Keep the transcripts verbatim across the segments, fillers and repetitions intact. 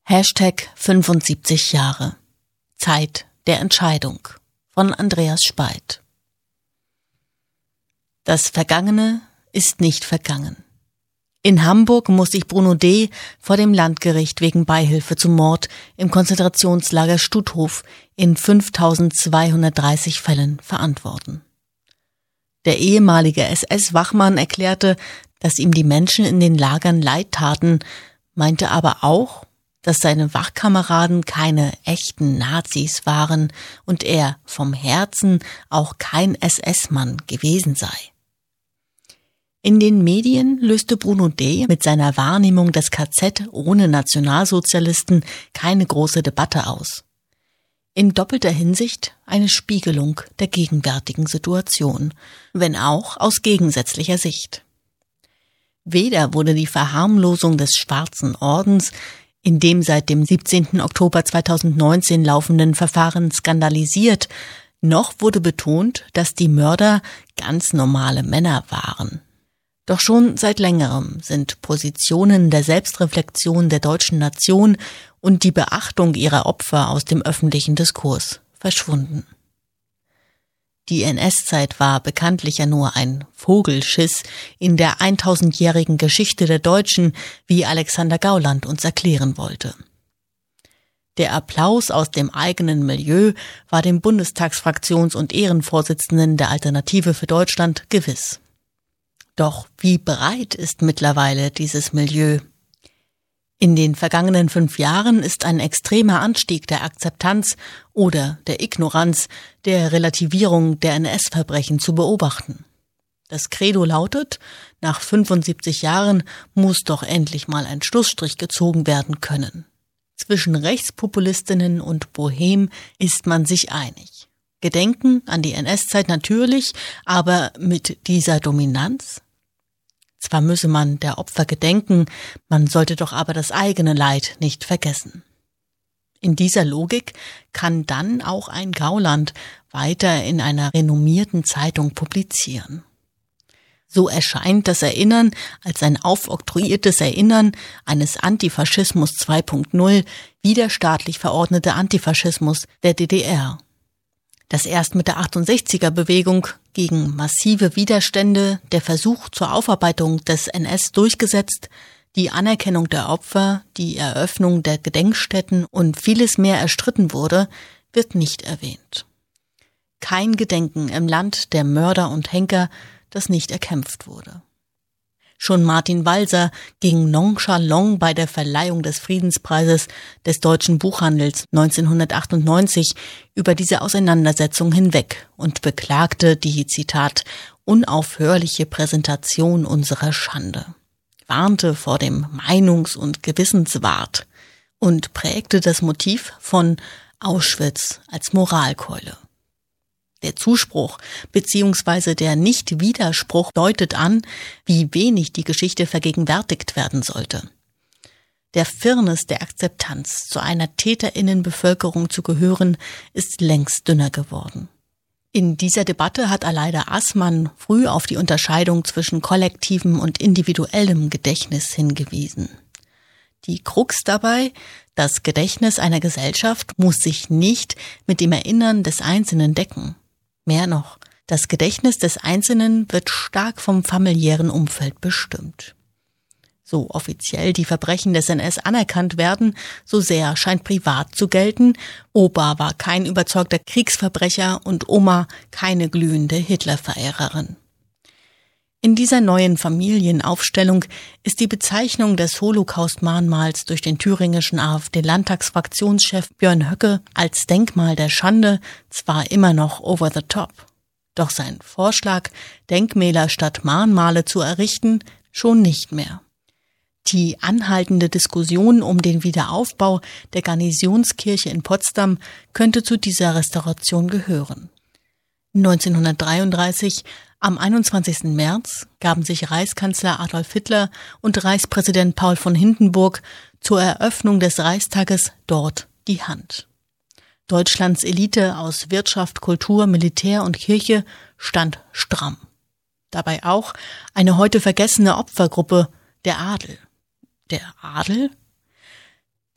Hashtag fünfundsiebzig Jahre. Zeit der Entscheidung von Andreas Speit. Das Vergangene ist nicht vergangen. In Hamburg muss sich Bruno D. vor dem Landgericht wegen Beihilfe zum Mord im Konzentrationslager Stutthof in fünftausendzweihundertdreißig Fällen verantworten. Der ehemalige S S-Wachmann erklärte, dass ihm die Menschen in den Lagern leid taten, meinte aber auch, dass seine Wachkameraden keine echten Nazis waren und er vom Herzen auch kein S S-Mann gewesen sei. In den Medien löste Bruno D. mit seiner Wahrnehmung des K Z ohne Nationalsozialisten keine große Debatte aus. In doppelter Hinsicht eine Spiegelung der gegenwärtigen Situation, wenn auch aus gegensätzlicher Sicht. Weder wurde die Verharmlosung des Schwarzen Ordens in dem seit dem siebzehnten Oktober zweitausendneunzehn laufenden Verfahren skandalisiert, noch wurde betont, dass die Mörder ganz normale Männer waren. Doch schon seit längerem sind Positionen der Selbstreflexion der deutschen Nation und die Beachtung ihrer Opfer aus dem öffentlichen Diskurs verschwunden. Die N S-Zeit war bekanntlich ja nur ein Vogelschiss in der eintausendjährigen Geschichte der Deutschen, wie Alexander Gauland uns erklären wollte. Der Applaus aus dem eigenen Milieu war dem Bundestagsfraktions- und Ehrenvorsitzenden der Alternative für Deutschland gewiss. Doch wie breit ist mittlerweile dieses Milieu? In den vergangenen fünf Jahren ist ein extremer Anstieg der Akzeptanz oder der Ignoranz der Relativierung der N S-Verbrechen zu beobachten. Das Credo lautet, nach fünfundsiebzig Jahren muss doch endlich mal ein Schlussstrich gezogen werden können. Zwischen Rechtspopulistinnen und Bohem ist man sich einig. Gedenken an die N S-Zeit natürlich, aber mit dieser Dominanz? Zwar müsse man der Opfer gedenken, man sollte doch aber das eigene Leid nicht vergessen. In dieser Logik kann dann auch ein Gauland weiter in einer renommierten Zeitung publizieren. So erscheint das Erinnern als ein aufoktroyiertes Erinnern eines Antifaschismus zwei Punkt null wie der staatlich verordnete Antifaschismus der D D R. Das erst mit der achtundsechziger-Bewegung gegen massive Widerstände, der Versuch zur Aufarbeitung des N S durchgesetzt, die Anerkennung der Opfer, die Eröffnung der Gedenkstätten und vieles mehr erstritten wurde, wird nicht erwähnt. Kein Gedenken im Land der Mörder und Henker, das nicht erkämpft wurde. Schon Martin Walser ging nonchalant bei der Verleihung des Friedenspreises des deutschen Buchhandels neunzehnhundertachtundneunzig über diese Auseinandersetzung hinweg und beklagte die, Zitat, unaufhörliche Präsentation unserer Schande, warnte vor dem Meinungs- und Gewissenswahrt und prägte das Motiv von Auschwitz als Moralkeule. Der Zuspruch bzw. der Nicht-Widerspruch deutet an, wie wenig die Geschichte vergegenwärtigt werden sollte. Der Firnis der Akzeptanz, zu einer Täterinnenbevölkerung zu gehören, ist längst dünner geworden. In dieser Debatte hat Aleida Assmann früh auf die Unterscheidung zwischen kollektivem und individuellem Gedächtnis hingewiesen. Die Krux dabei: Das Gedächtnis einer Gesellschaft muss sich nicht mit dem Erinnern des Einzelnen decken. Mehr noch, das Gedächtnis des Einzelnen wird stark vom familiären Umfeld bestimmt. So offiziell die Verbrechen des N S anerkannt werden, so sehr scheint privat zu gelten: Opa war kein überzeugter Kriegsverbrecher und Oma keine glühende Hitlerverehrerin. In dieser neuen Familienaufstellung ist die Bezeichnung des Holocaust-Mahnmals durch den thüringischen AfD-Landtagsfraktionschef Björn Höcke als Denkmal der Schande zwar immer noch over the top, doch sein Vorschlag, Denkmäler statt Mahnmale zu errichten, schon nicht mehr. Die anhaltende Diskussion um den Wiederaufbau der Garnisonskirche in Potsdam könnte zu dieser Restauration gehören. neunzehnhundertdreiunddreißig, am einundzwanzigsten März, gaben sich Reichskanzler Adolf Hitler und Reichspräsident Paul von Hindenburg zur Eröffnung des Reichstages dort die Hand. Deutschlands Elite aus Wirtschaft, Kultur, Militär und Kirche stand stramm. Dabei auch eine heute vergessene Opfergruppe, der Adel. Der Adel?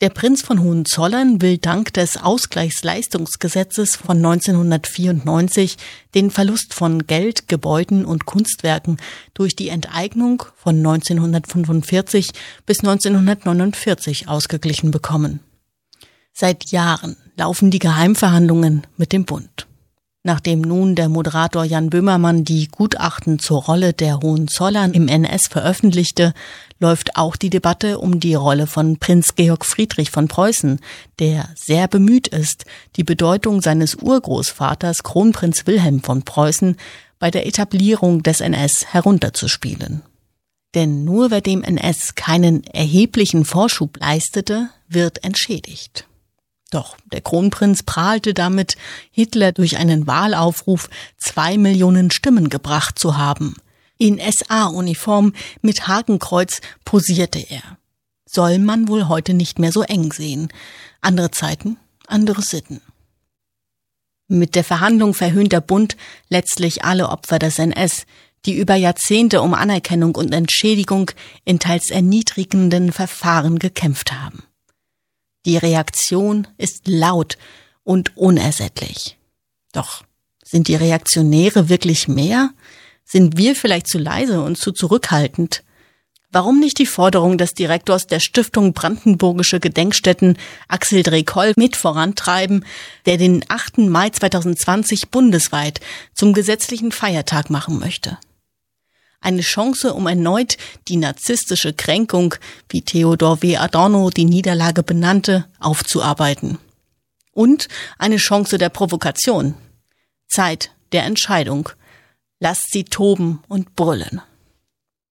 Der Prinz von Hohenzollern will dank des Ausgleichsleistungsgesetzes von neunzehnhundertvierundneunzig den Verlust von Geld, Gebäuden und Kunstwerken durch die Enteignung von neunzehnhundertfünfundvierzig bis neunzehnhundertneunundvierzig ausgeglichen bekommen. Seit Jahren laufen die Geheimverhandlungen mit dem Bund. Nachdem nun der Moderator Jan Böhmermann die Gutachten zur Rolle der Hohenzollern im N S veröffentlichte, läuft auch die Debatte um die Rolle von Prinz Georg Friedrich von Preußen, der sehr bemüht ist, die Bedeutung seines Urgroßvaters Kronprinz Wilhelm von Preußen bei der Etablierung des N S herunterzuspielen. Denn nur wer dem N S keinen erheblichen Vorschub leistete, wird entschädigt. Doch der Kronprinz prahlte damit, Hitler durch einen Wahlaufruf zwei Millionen Stimmen gebracht zu haben. In S A-Uniform mit Hakenkreuz posierte er. Soll man wohl heute nicht mehr so eng sehen. Andere Zeiten, andere Sitten. Mit der Verhandlung verhöhnt der Bund letztlich alle Opfer des N S, die über Jahrzehnte um Anerkennung und Entschädigung in teils erniedrigenden Verfahren gekämpft haben. Die Reaktion ist laut und unersättlich. Doch sind die Reaktionäre wirklich mehr? Sind wir vielleicht zu leise und zu zurückhaltend? Warum nicht die Forderung des Direktors der Stiftung Brandenburgische Gedenkstätten, Axel Drekoll, mit vorantreiben, der den achten Mai zweitausendzwanzig bundesweit zum gesetzlichen Feiertag machen möchte? Eine Chance, um erneut die narzisstische Kränkung, wie Theodor W. Adorno die Niederlage benannte, aufzuarbeiten. Und eine Chance der Provokation. Zeit der Entscheidung. Lasst sie toben und brüllen.